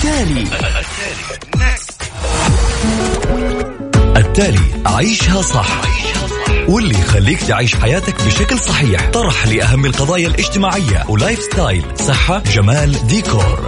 التالي عيشها صح، واللي يخليك تعيش حياتك بشكل صحيح. طرح لأهم القضايا الاجتماعية ولايف ستايل، صحة، جمال، ديكور.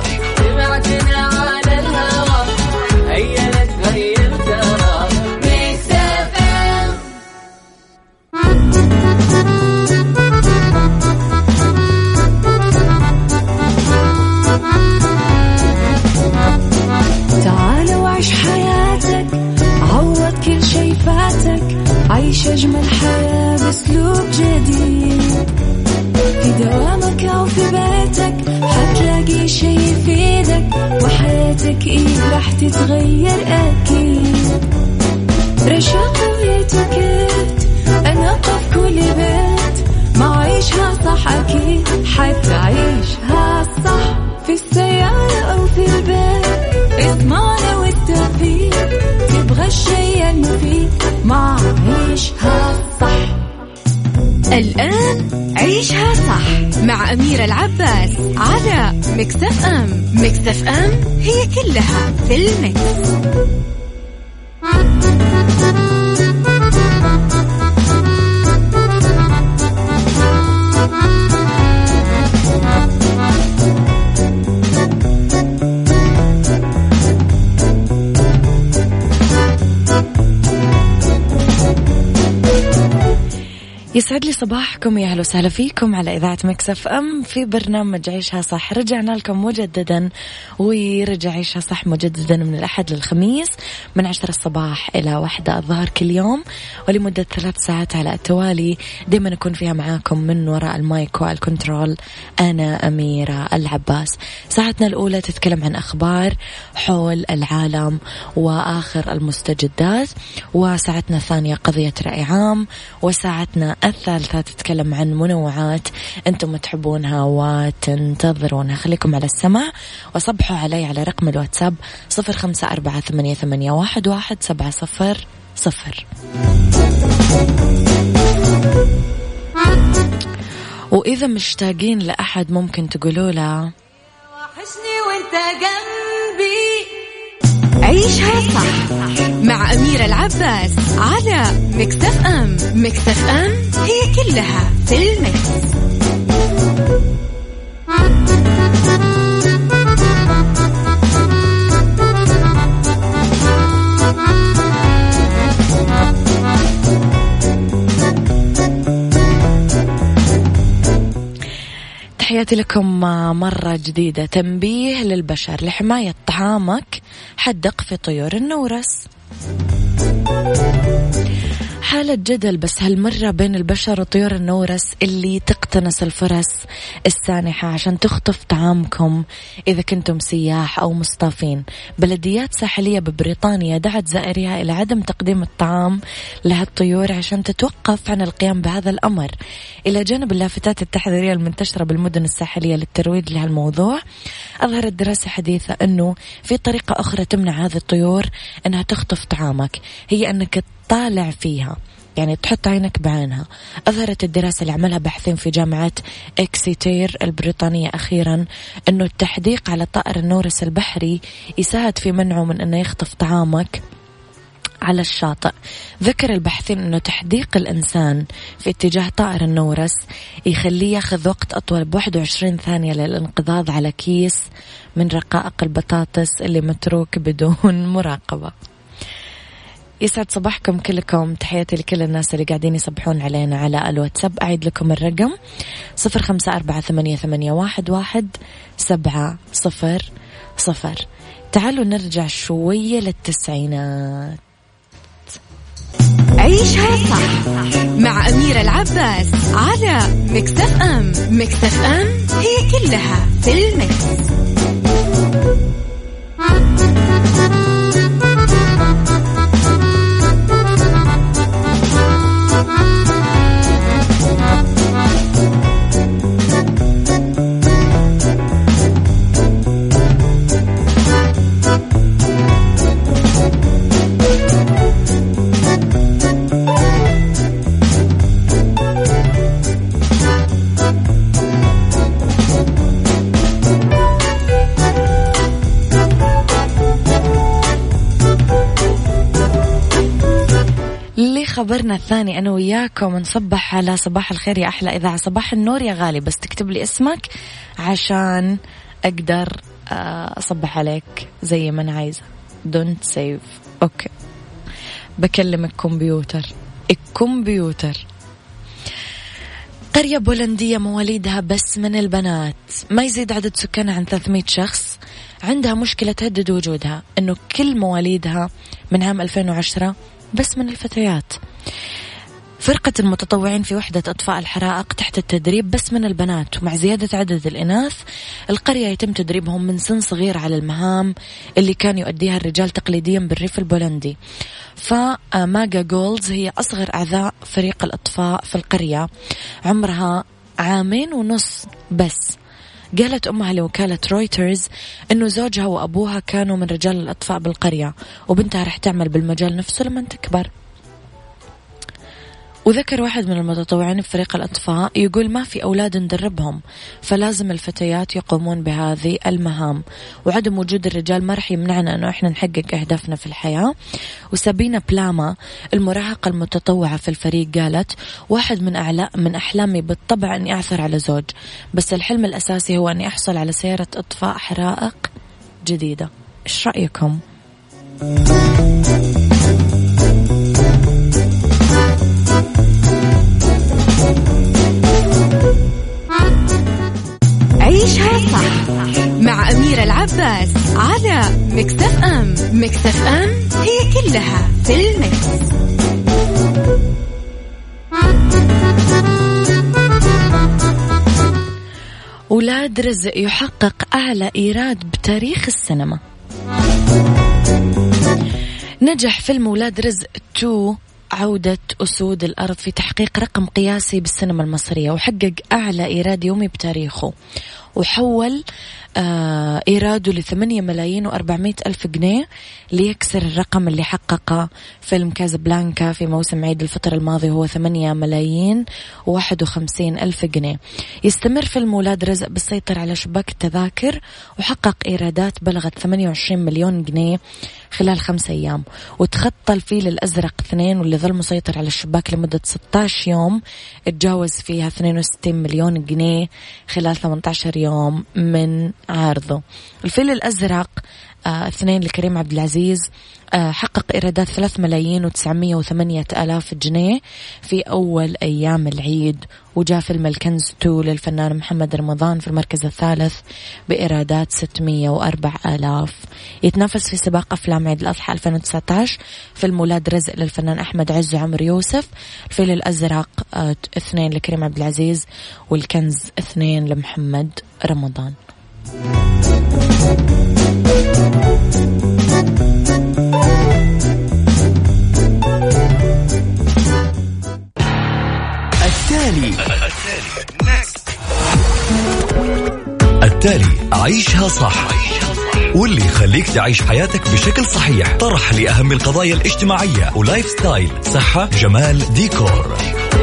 عيش أجمل حياة بأسلوب جديد، في دوامك أو في بيتك حتلاقي شي يفيدك، وحياتك إيه راح تتغير أكيد. رشاق ويتوكيت أنا قف كل بيت، ما عيشها صح أكيد حتعيشها صح، في السيارة أو في البيت اسمعنا والتوفيق، تبغى الشيء المفيد ما عيشها صح. الآن عيشها صح مع أميرة العباس على ميكس اف ام. ميكس اف ام هي كلها في الميكس. يسعد لي صباحكم، يا أهلا وسهلا فيكم على إذاعة ميكس اف ام في برنامج عيشها صح. رجعنا لكم مجددا، ويرجع عيشها صح مجددا من الأحد للخميس من 10 الصباح إلى 1 الظهر كل يوم، ولمدة 3 ساعات على التوالي. دايما نكون فيها معاكم من وراء المايك والكنترول أنا أميرة العباس. ساعتنا الأولى تتكلم عن أخبار حول العالم وآخر المستجدات، وساعتنا الثانية قضية رأي عام، وساعتنا الثالثة تتكلم عن منوعات أنتم تحبونها وتنتظرونها. خليكم على السمع وصبحوا علي على رقم الواتساب 0548811700. وإذا مشتاقين لأحد ممكن تقولوا له وحشني وانت جنبي. عيشها صح مع أميرة العباس على ميكس اف ام. ميكس اف ام هي كلها في الميكس. تحياتي لكم مرة جديدة. تنبيه للبشر لحماية طعامك، حدق في طيور النورس. حالة جدل بس هالمرة بين البشر وطيور النورس اللي تقتنص الفرص السانحة عشان تخطف طعامكم إذا كنتم سياح أو مصطافين. بلديات ساحلية ببريطانيا دعت زائريها إلى عدم تقديم الطعام لهالطيور عشان تتوقف عن القيام بهذا الأمر. إلى جانب اللافتات التحذيرية المنتشرة بالمدن الساحلية للترويج لهالموضوع، أظهرت دراسة حديثة أنه في طريقة أخرى تمنع هذه الطيور أنها تخطف طعامك، هي أنك طالع فيها، يعني تحط عينك بعينها. أظهرت الدراسة اللي عملها باحثين في جامعة إكسيتير البريطانية أخيرا أنه التحديق على طائر النورس البحري يساعد في منعه من أنه يخطف طعامك على الشاطئ. ذكر الباحثين أنه تحديق الإنسان في اتجاه طائر النورس يخليه ياخذ وقت أطول ب21 ثانية للانقضاض على كيس من رقائق البطاطس اللي متروك بدون مراقبة. يسعد صباحكم كلكم، تحياتي لكل الناس اللي قاعدين يصبحون علينا على الواتساب. أعيد لكم الرقم 0548811700. تعالوا نرجع شوية للتسعينات. عيشها صح مع أميرة العباس على ميكس اف ام. ميكس اف ام هي كلها في الميكس. خبرنا الثاني أنا وياكم نصبح على صباح الخير يا أحلى إذاعة، صباح النور يا غالي، بس تكتب لي اسمك عشان أقدر أصبح عليك زي ما أنا عايزة. Don't save. أوكي، بكلمك كمبيوتر. قرية بولندية مواليدها بس من البنات ما يزيد عدد سكانها عن 300 شخص، عندها مشكلة تهدد وجودها، إنه كل مواليدها من عام 2010 بس من الفتيات. فرقة المتطوعين في وحدة إطفاء الحرائق تحت التدريب بس من البنات، ومع زيادة عدد الإناث القرية يتم تدريبهم من سن صغير على المهام اللي كان يؤديها الرجال تقليديا بالريف البولندي. فماجا جولز هي أصغر أعضاء فريق الإطفاء في القرية، عمرها 2.5 بس. قالت أمها لوكالة رويترز إنه زوجها وأبوها كانوا من رجال الإطفاء بالقرية، وبنتها رح تعمل بالمجال نفسه لما تكبر. وذكر واحد من المتطوعين في فريق الأطفاء يقول ما في أولاد ندربهم، فلازم الفتيات يقومون بهذه المهام، وعدم وجود الرجال ما رح يمنعنا أنه إحنا نحقق أهدافنا في الحياة. وسابينا بلاما المراهقة المتطوعة في الفريق قالت واحد من أحلامي بالطبع أني أعثر على زوج، بس الحلم الأساسي هو أني أحصل على سيارة إطفاء حرائق جديدة. إيش رأيكم؟ عيشها صح مع أميرة العباس على ميكس اف ام. ميكس اف ام هي كلها في الميكس. ولاد رزق يحقق أعلى إيراد بتاريخ السينما. نجح فيلم ولاد رزق 2 عودة أسود الأرض في تحقيق رقم قياسي بالسينما المصرية، وحقق أعلى إيراد يومي بتاريخه، وحول إيراده ل8,400,000 جنيه ليكسر الرقم اللي حققه فيلم كازابلانكا في موسم عيد الفطر الماضي، هو 8,051,000 جنيه. يستمر فيلم ولاد رزق بالسيطرة على شباك التذاكر، وحقق إيرادات بلغت 28 مليون جنيه خلال 5 أيام، وتخطى الفيل الأزرق 2 واللي ظل مسيطر على الشباك لمدة 16 يوم اتجاوز فيها 62 مليون جنيه خلال 18 يوم من عرضه. الفيل الأزرق 2 لكريم عبد العزيز حقق إيرادات 3,908,000 جنيه في أول أيام العيد، وجاء فيلم الكنز 2 للفنان محمد رمضان في المركز الثالث بإيرادات 604,000. يتنافس في سباق أفلام عيد الأضحى 2019 فيلم ولاد رزق للفنان أحمد عز وعمر يوسف، الفيل الأزرق 2 لكريم عبد العزيز، والكنز 2 لمحمد رمضان. التالي عيشها صح، واللي يخليك تعيش حياتك بشكل صحيح. طرح لأهم القضايا الاجتماعية ولايف ستايل، صحة، جمال، ديكور.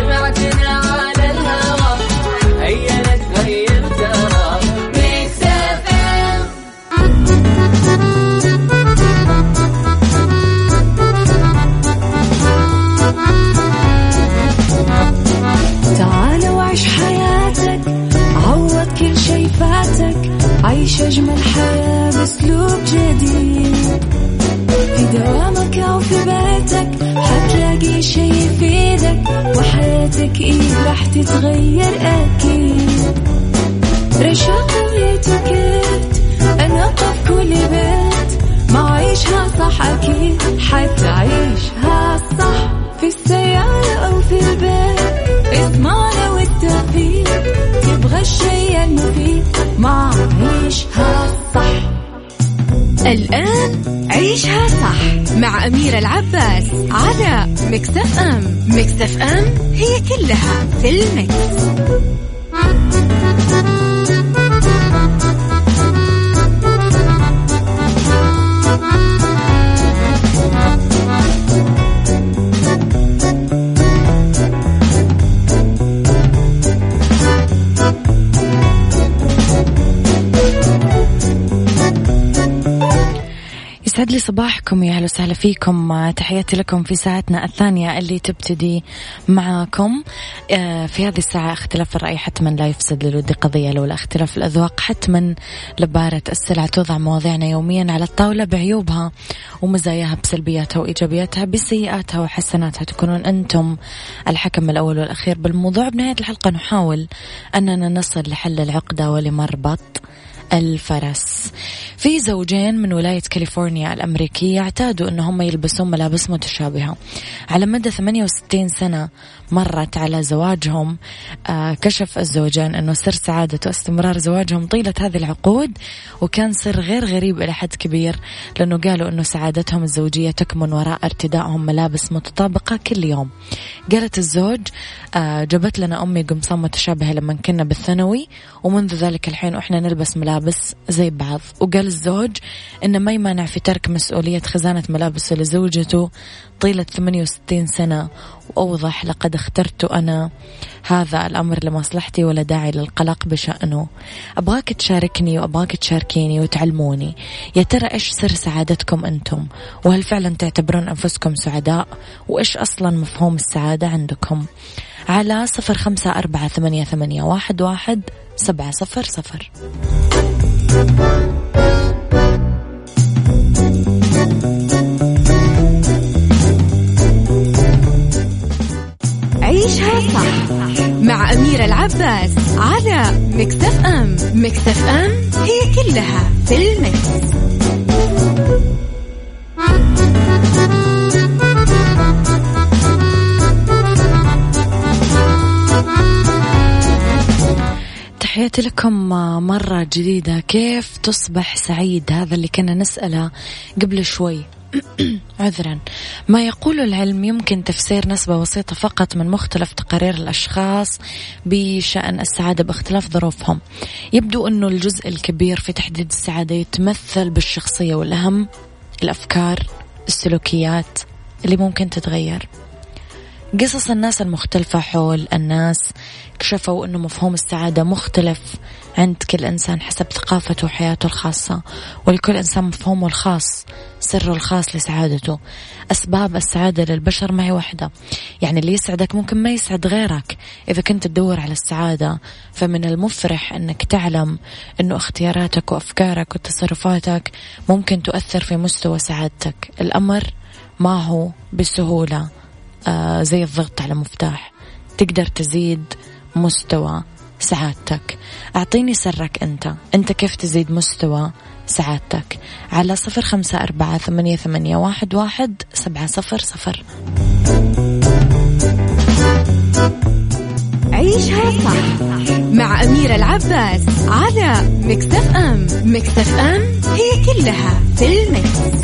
تعال وعيش حياتك، عوض كل شي فاتك، عيش أجمل حياة بأسلوب جديد. في دوامك أو في بيتك حتلاقي شي يفيدك، وحياتك إيه راح تتغير أكيد. رشاق ويتوكيت أنا قف كل بيت، ما عيشها صح أكيد حتعيشها صح. في السيارة أو في البيت اسمعنا والتوفيق، تبغى الشيء المفيد ما عيشها صح. الآن عيشها صح مع أميرة العباس على ميكس اف ام. ميكس اف ام هي كلها في الميكس. يسعد لي صباحكم، يا أهلا وسهلا فيكم. تحياتي لكم في ساعتنا الثانية اللي تبتدي معاكم. في هذه الساعة اختلاف الرأي حتما لا يفسد للود قضية، لولا اختلاف الأذواق حتما لبارة السلع. توضع مواضيعنا يوميا على الطاولة بعيوبها ومزاياها، بسلبياتها وإيجابياتها، بسيئاتها وحسناتها. تكونون أنتم الحكم الأول والأخير بالموضوع. بنهاية الحلقة نحاول أننا نصل لحل العقدة ولمربط الفرس. في زوجين من ولاية كاليفورنيا الأمريكية اعتادوا أنهم يلبسون ملابس متشابهة على مدى 68 سنة مرت على زواجهم. كشف الزوجين أنه سر سعادة واستمرار زواجهم طيلة هذه العقود، وكان سر غير غريب إلى حد كبير، لأنه قالوا أنه سعادتهم الزوجية تكمن وراء ارتدائهم ملابس متطابقة كل يوم. قالت الزوج: جابت لنا أمي قمصان متشابهة لما كنا بالثانوي، ومنذ ذلك الحين وإحنا نلبس ملابس زي بعض. وقال الزوج إنه ما يمانع في ترك مسؤولية خزانة ملابسه لزوجته طيلة 68 سنة، وأوضح: لقد اخترت أنا هذا الأمر لمصلحتي ولا داعي للقلق بشأنه. أبغاك تشاركني وأبغاك تشاركيني وتعلموني، يا ترى إيش سر سعادتكم أنتم؟ وهل فعلا تعتبرون أنفسكم سعداء؟ وإيش أصلا مفهوم السعادة عندكم؟ على 0548811700. عيشها صح مع أميرة العباس على مكسف أم. مكسف أم هي كلها في المكس. تحياتي لكم مرة جديدة. كيف تصبح سعيد؟ هذا اللي كنا نسأله قبل شوي. عذرا. ما يقول العلم يمكن تفسير نسبة بسيطة فقط من مختلف تقارير الأشخاص بشأن السعادة باختلاف ظروفهم. يبدو أنه الجزء الكبير في تحديد السعادة يتمثل بالشخصية، والأهم الأفكار، السلوكيات اللي ممكن تتغير. قصص الناس المختلفة حول الناس كشفوا أنه مفهوم السعادة مختلف عند كل إنسان حسب ثقافته وحياته الخاصة، ولكل إنسان مفهومه الخاص، سره الخاص لسعادته. أسباب السعادة للبشر ما هي واحدة، يعني اللي يسعدك ممكن ما يسعد غيرك. إذا كنت تدور على السعادة، فمن المفرح أنك تعلم أنه اختياراتك وأفكارك وتصرفاتك ممكن تؤثر في مستوى سعادتك. الأمر ما هو بسهولة زي الضغط على مفتاح، تقدر تزيد مستوى سعادتك. أعطيني سرك أنت كيف تزيد مستوى سعادتك على 0548811700. عيشها صح مع أميرة العباس على مكسف أم. مكسف أم هي كلها في المكس.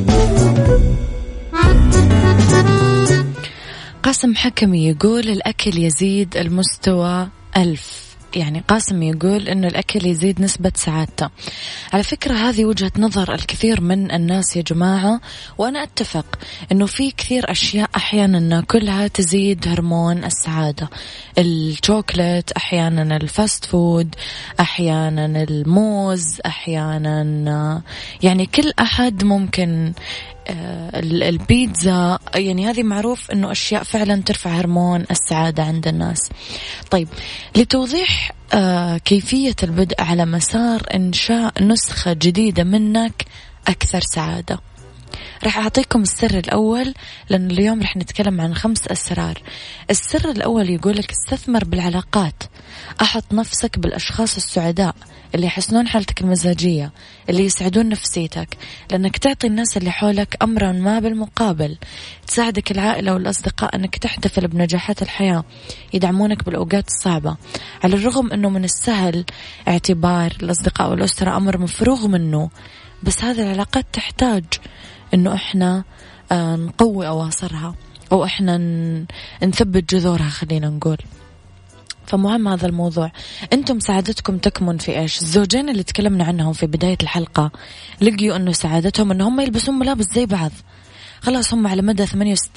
قاسم حكمي يقول الأكل يزيد المستوى 1000. يعني قاسم يقول إنه الأكل يزيد نسبة سعادته. على فكرة هذه وجهة نظر الكثير من الناس يا جماعة، وأنا أتفق إنه في كثير أشياء أحيانا ناكلها تزيد هرمون السعادة. الشوكولات أحيانا، الفاست فود أحيانا، الموز أحيانا، يعني كل أحد ممكن، البيتزا، يعني هذه معروف أنه أشياء فعلا ترفع هرمون السعادة عند الناس. طيب، لتوضيح كيفية البدء على مسار إنشاء نسخة جديدة منك أكثر سعادة، راح أعطيكم السر الأول، لأن اليوم راح نتكلم عن 5 أسرار. السر الأول يقولك استثمر بالعلاقات. أحط نفسك بالأشخاص السعداء اللي يحسنون حالتك المزاجية، اللي يسعدون نفسيتك، لأنك تعطي الناس اللي حولك أمرا ما بالمقابل. تساعدك العائلة والأصدقاء أنك تحتفل بنجاحات الحياة، يدعمونك بالأوقات الصعبة. على الرغم أنه من السهل اعتبار الأصدقاء والأسرة أمر مفروغ منه، بس هذه العلاقات تحتاج أنه إحنا نقوي أواصرها، أو إحنا نثبت جذورها، خلينا نقول. فمهم هذا الموضوع. أنتم سعادتكم تكمن في إيش؟ الزوجين اللي تكلمنا عنهم في بداية الحلقة لقيوا أنه سعادتهم أنه هم يلبسون ملابس زي بعض. خلاص هم على مدى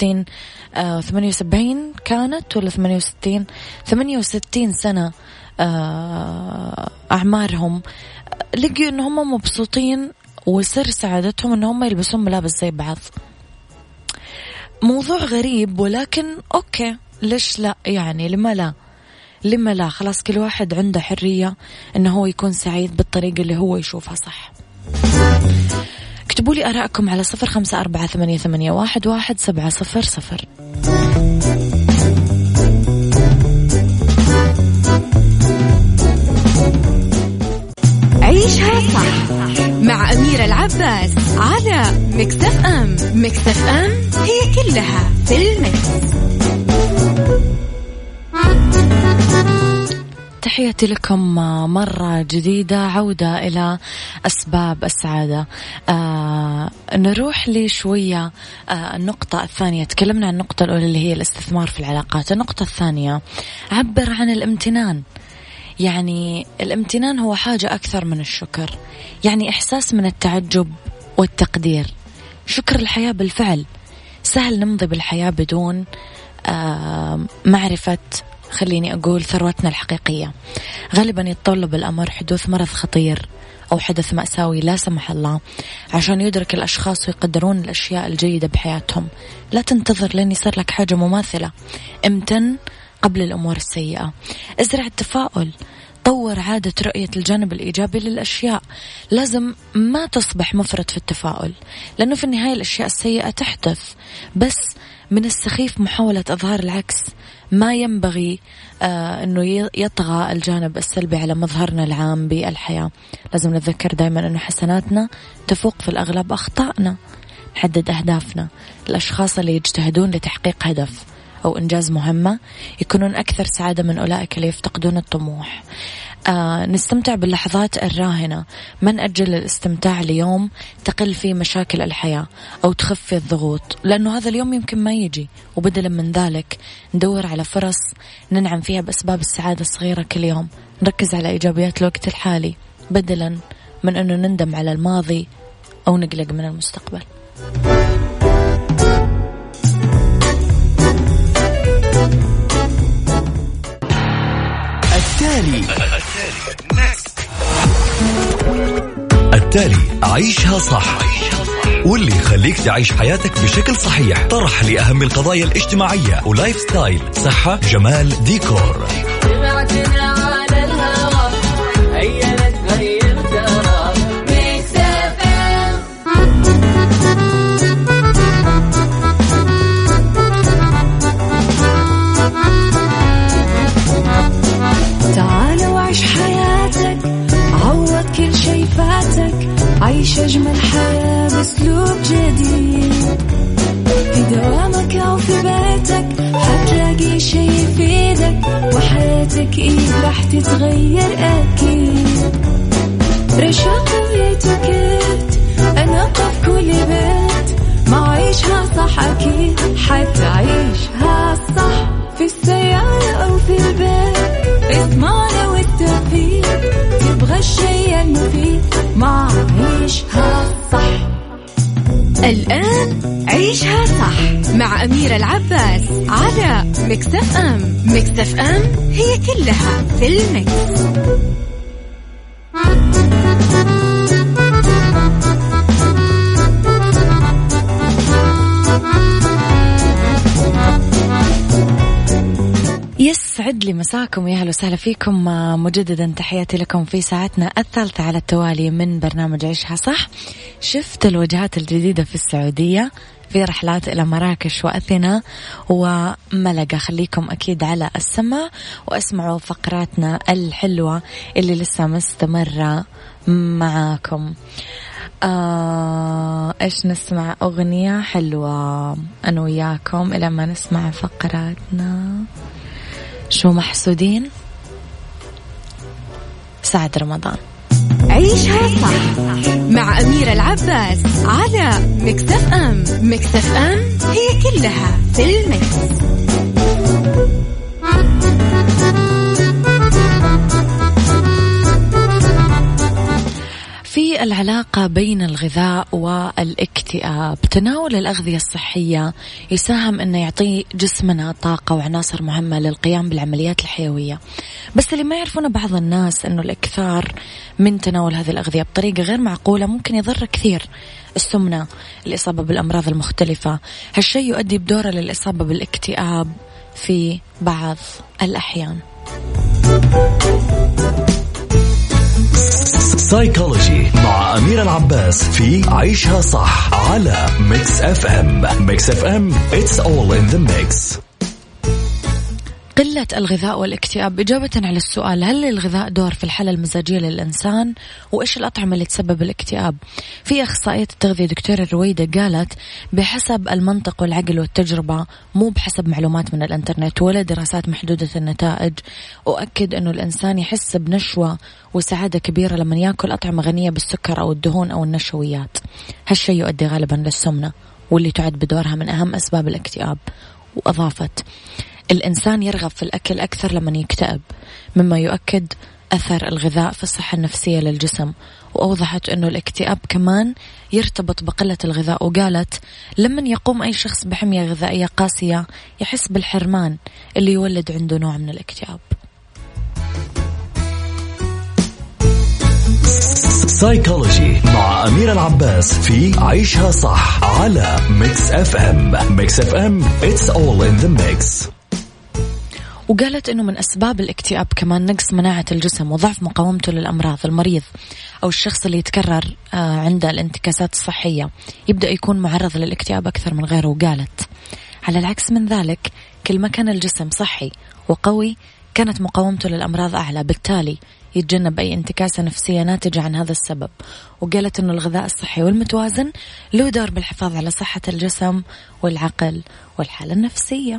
78 كانت، ولا 68 سنة أعمارهم، لقيوا أنه هم مبسوطين وسر سعادتهم أن هم يلبسون ملابس زي بعض. موضوع غريب، ولكن أوكي، ليش لا؟ يعني لما لا خلاص كل واحد عنده حرية أنه هو يكون سعيد بالطريقة اللي هو يشوفها صح. اكتبوا لي آراءكم على 0548811700. عيشها صح مع أميرة العباس على ميكس اف ام. ميكس اف ام هي كلها في الميكس. تحياتي لكم مرة جديدة، عودة إلى أسباب السعادة. نروح لي شوية النقطة الثانية. تكلمنا عن النقطة الأولى اللي هي الاستثمار في العلاقات. النقطة الثانية، عبر عن الامتنان. يعني الامتنان هو حاجة أكثر من الشكر، يعني إحساس من التعجب والتقدير. شكر الحياة بالفعل. سهل نمضي بالحياة بدون معرفة، خليني أقول، ثروتنا الحقيقية. غالبا يتطلب الأمر حدوث مرض خطير أو حدث مأساوي لا سمح الله عشان يدرك الأشخاص ويقدرون الأشياء الجيدة بحياتهم. لا تنتظر لين يصير لك حاجة مماثلة. امتن قبل الأمور السيئة. ازرع التفاؤل. طور عادة رؤية الجانب الإيجابي للأشياء. لازم ما تصبح مفرط في التفاؤل، لأنه في النهاية الأشياء السيئة تحدث، بس من السخيف محاولة إظهار العكس. ما ينبغي أنه يطغى الجانب السلبي على مظهرنا العام بالحياة. لازم نتذكر دائما أنه حسناتنا تفوق في الأغلب أخطائنا. نحدد أهدافنا. الأشخاص اللي يجتهدون لتحقيق هدف أو إنجاز مهمة يكونون أكثر سعادة من أولئك اللي يفتقدون الطموح. نستمتع باللحظات الراهنة. ما نأجل الاستمتاع ليوم تقل فيه مشاكل الحياة أو تخفي الضغوط، لأنه هذا اليوم يمكن ما يجي. وبدلا من ذلك ندور على فرص ننعم فيها بأسباب السعادة الصغيرة كل يوم. نركز على إيجابيات الوقت الحالي بدلا من أنه نندم على الماضي أو نقلق من المستقبل. التالي عيشها صح، واللي يخليك تعيش حياتك بشكل صحيح. طرح لأهم القضايا الاجتماعية ولايف ستايل، صحة، جمال، ديكور. عيش أجمل حياة بأسلوب جديد. في دوامك أو في بيتك حتلاقي شي يفيدك، وحياتك إيه راح تتغير أكيد. رشاق ويتوكيت أنا قف كل بيت، ما عيشها صح أكيد حتعيشها صح. في السيارة أو في البيت اسمعنا والتوفيق، تبغى الشيء المفيد ما عيشها صح. الآن عيشها صح مع أميرة العباس على ميكس اف ام. ميكس اف ام هي كلها في الميكس. يسعد لي مساكم، يا هلا وسهلا فيكم مجددا. تحياتي لكم في ساعتنا الثالثة على التوالي من برنامج عيشها صح. شفت الوجهات الجديدة في السعودية في رحلات إلى مراكش وأثينا وملقا. خليكم أكيد على السمع واسمعوا فقراتنا الحلوة اللي لسه مستمرة معاكم. إيش نسمع؟ أغنية حلوة أنا وياكم إلى ما نسمع فقراتنا. شو محسودين؟ سعد رمضان. عيشها صح مع أميرة العباس على ميكس اف ام. ميكس اف ام هي كلها في الميكس. في في العلاقة بين الغذاء والاكتئاب، تناول الأغذية الصحية يساهم أنه يعطي جسمنا طاقة وعناصر مهمة للقيام بالعمليات الحيوية. بس اللي ما يعرفونه بعض الناس أنه الإكثار من تناول هذه الأغذية بطريقة غير معقولة ممكن يضر كثير. السمنة، الإصابة بالأمراض المختلفة، هالشيء يؤدي بدوره للإصابة بالاكتئاب في بعض الأحيان. سايكولوجي مع أميرة العباس في عيشها صح على ميكس اف ام. ميكس اف ام it's all in the mix. قلة الغذاء والاكتئاب. إجابة على السؤال هل للغذاء دور في الحالة المزاجية للإنسان؟ وإيش الأطعمة اللي تسبب الاكتئاب؟ في أخصائية التغذية دكتورة رويدة قالت بحسب المنطق والعقل والتجربة، مو بحسب معلومات من الانترنت ولا دراسات محدودة النتائج. أؤكد أنه الإنسان يحس بنشوة وسعادة كبيرة لما يأكل أطعمة غنية بالسكر أو الدهون أو النشويات. هالشيء يؤدي غالبا للسمنة واللي تعد بدورها من أهم أسباب الاكتئاب. وأضافت الإنسان يرغب في الأكل أكثر لما يكتئب، مما يؤكد أثر الغذاء في الصحة النفسية للجسم. وأوضحت أنه الاكتئاب كمان يرتبط بقلة الغذاء، وقالت لما يقوم أي شخص بحمية غذائية قاسية يحس بالحرمان اللي يولد عنده نوع من الاكتئاب. سايكولوجي مع أميرة العباس في عيشها صح على ميكس اف ام. ميكس اف ام it's all in the mix. وقالت أنه من أسباب الاكتئاب كمان نقص مناعة الجسم وضعف مقاومته للأمراض. المريض أو الشخص اللي يتكرر عنده الانتكاسات الصحية يبدأ يكون معرض للاكتئاب أكثر من غيره. وقالت على العكس من ذلك، كل ما كان الجسم صحي وقوي كانت مقاومته للأمراض أعلى، بالتالي يتجنب أي انتكاسة نفسية ناتجة عن هذا السبب. وقالت أنه الغذاء الصحي والمتوازن له دور بالحفاظ على صحة الجسم والعقل والحالة النفسية.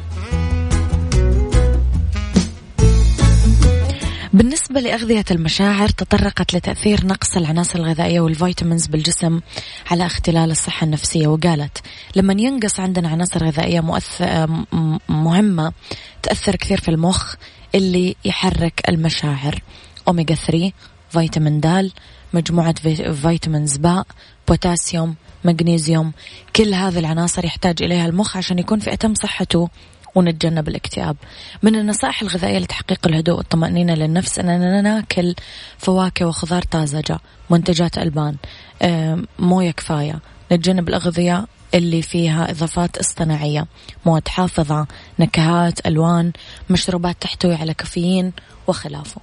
بالنسبة لأغذية المشاعر، تطرقت لتأثير نقص العناصر الغذائية والفيتامينز بالجسم على اختلال الصحة النفسية. وقالت لما ينقص عندنا عناصر غذائية مهمة تأثر كثير في المخ اللي يحرك المشاعر. أوميغا 3، فيتامين د، مجموعة فيتامينز باء، بوتاسيوم، مغنيسيوم، كل هذه العناصر يحتاج إليها المخ عشان يكون في أتم صحته ونتجنب الاكتئاب. من النصائح الغذائية لتحقيق الهدوء والطمأنينة للنفس أننا ناكل فواكه وخضار طازجة، منتجات ألبان، موية كفاية، نتجنب الأغذية اللي فيها إضافات اصطناعية، مواد حافظة، نكهات، ألوان، مشروبات تحتوي على كافيين وخلافه.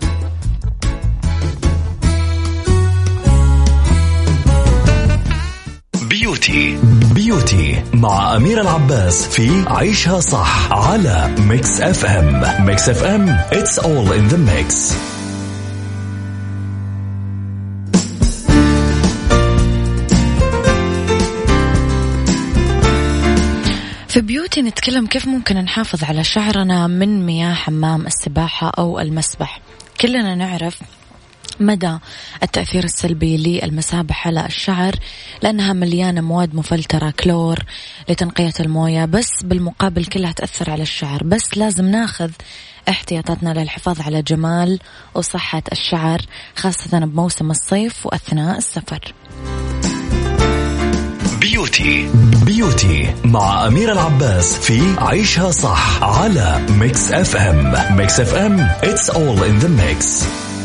بيوتي مع أميرة العباس في عيشها صح على ميكس اف ام. ميكس اف ام it's all in the mix. في بيوتي نتكلم كيف ممكن نحافظ على شعرنا من مياه حمام السباحة أو المسبح. كلنا نعرف مدى التأثير السلبي للمسابح على الشعر لأنها مليانة مواد مفلترة، كلور لتنقية الموية، بس بالمقابل كلها تأثر على الشعر. بس لازم ناخذ احتياطاتنا للحفاظ على جمال وصحة الشعر، خاصة بموسم الصيف وأثناء السفر. بيوتي مع أميرة العباس في عيشها صح على ميكس اف ام. ميكس اف ام it's all in the mix.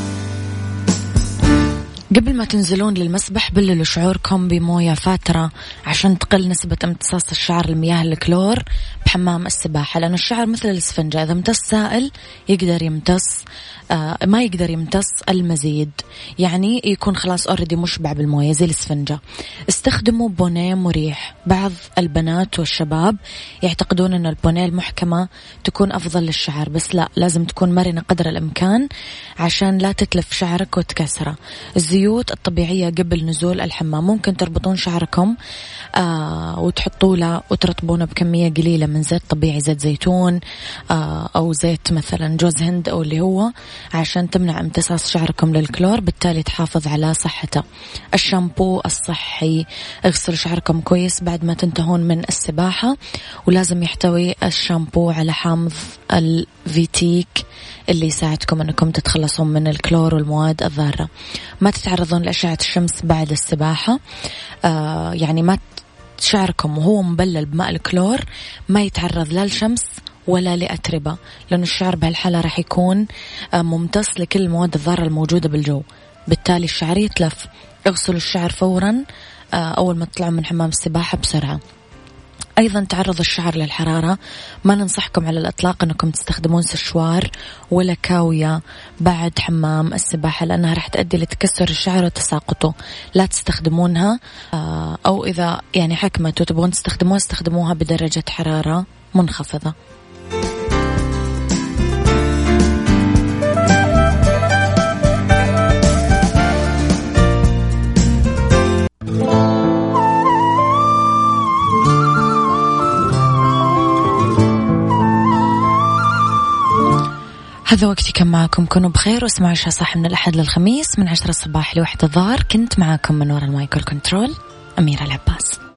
قبل ما تنزلون للمسبح بللوا شعوركم بموية فاترة عشان تقل نسبة امتصاص الشعر لمياه الكلور بحمام السباحة، لأن الشعر مثل الإسفنجة إذا امتص سائل يقدر يمتص ما يقدر يمتص المزيد، يعني يكون خلاص أوريدي مشبع بالموية زي الإسفنجة. استخدموا بونيه مريح. بعض البنات والشباب يعتقدون أن البونيه المحكمة تكون أفضل للشعر، بس لا، لازم تكون مرنة قدر الإمكان عشان لا تتلف شعرك وتكسره. الزيوت الطبيعية قبل نزول الحمام، ممكن تربطون شعركم وتحطوا له وترطبونه بكمية قليلة من من زيت طبيعي، زيت زيتون أو زيت مثلا جوز هند أو اللي هو، عشان تمنع امتصاص شعركم للكلور، بالتالي تحافظ على صحته. الشامبو الصحي، اغسلوا شعركم كويس بعد ما تنتهون من السباحة، ولازم يحتوي الشامبو على حامض الفيتيك اللي يساعدكم أنكم تتخلصون من الكلور والمواد الضارة. ما تتعرضون لأشعة الشمس بعد السباحة، يعني ما شعركم وهو مبلل بماء الكلور ما يتعرض لا للشمس ولا لأتربة، لأن الشعر بهالحالة راح يكون ممتص لكل المواد الضارة الموجودة بالجو، بالتالي الشعر يتلف. اغسلوا الشعر فورا أول ما تطلعوا من حمام السباحة بسرعة. أيضا تعرض الشعر للحرارة، ما ننصحكم على الإطلاق أنكم تستخدمون سشوار ولا كاوية بعد حمام السباحة، لأنها راح تؤدي لتكسر الشعر وتساقطه. لا تستخدمونها، أو إذا يعني حكمت وتبغون تستخدموها استخدموها بدرجة حرارة منخفضة. هذا وقتي كان معكم، كونوا بخير واسمعوا عيشها صح من الأحد للخميس من 10 الصباح ل1 الظهر. كنت معكم من وراء المايكل كنترول أميرة العباس.